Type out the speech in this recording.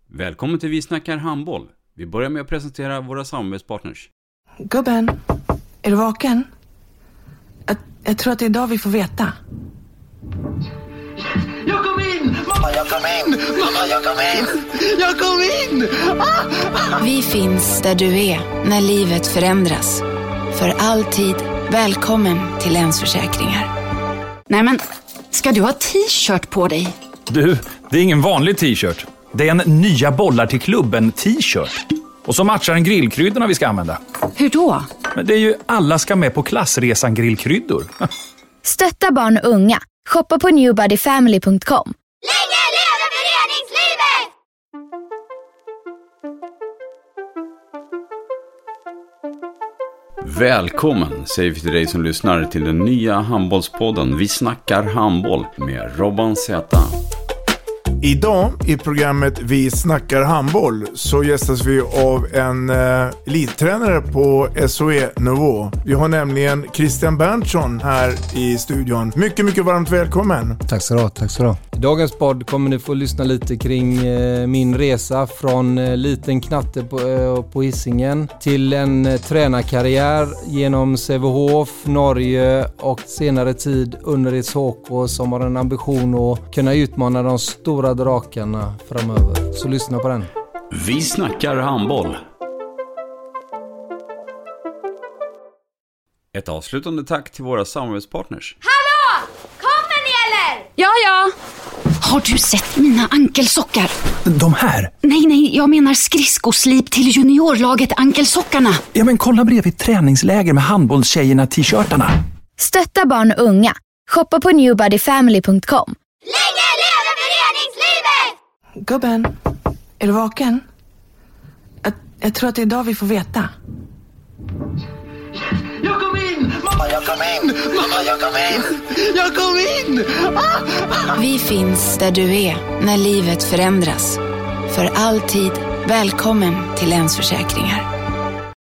Välkommen till Vi snackar handboll. Vi börjar med att presentera våra samarbetspartners. Gubben, är du vaken? Jag tror att det är idag vi får veta. Jag kom in! Mamma, jag kom in! Mamma, jag kom in! Jag kom in! Vi finns där du är när livet förändras. För alltid välkommen till Länsförsäkringar. Nej men, ska du ha t-shirt på dig? Du, det är ingen vanlig t-shirt. Det är en nya bollar till klubben t-shirt. Och så matchar den grillkryddorna vi ska använda. Hur då? Men det är ju alla ska med på klassresan grillkryddor. Stötta barn och unga. Shoppa på newbodyfamily.com. Länge leve föreningslivet! Välkommen säger vi till dig som lyssnar till den nya handbollspodden Vi snackar handboll med Robban Z. Idag i programmet Vi snackar handboll så gästas vi av en elittränare på SOE-nivå. Vi har nämligen Christian Berntsson här i studion. Mycket, mycket varmt välkommen. Tack så du, tack så du. I dagens podd kommer ni få lyssna lite kring min resa från liten knatte på Hisingen till en tränarkarriär genom Sävehof, Norge och senare tid under ett HK som har en ambition att kunna utmana de stora drakarna framöver. Så lyssna på den. Vi snackar handboll. Ett avslutande tack till våra samarbetspartners. Hallå! Kommer ni eller? Ja. Har du sett mina ankelsockar? De här? Nej, jag menar skridskoslip till juniorlaget ankelsockarna. Ja, men kolla bredvid träningsläger med handbollstjejerna t-shirtarna. Stötta barn och unga. Shoppa på newbodyfamily.com. Länge leve föreningslivet! Gubben, är du vaken? Jag tror att det är idag vi får veta. Jag kom in! Mamma, jag kom in! Mamma, jag kom in! Jag kom in! Vi finns där du är när livet förändras. För alltid välkommen till Länsförsäkringar.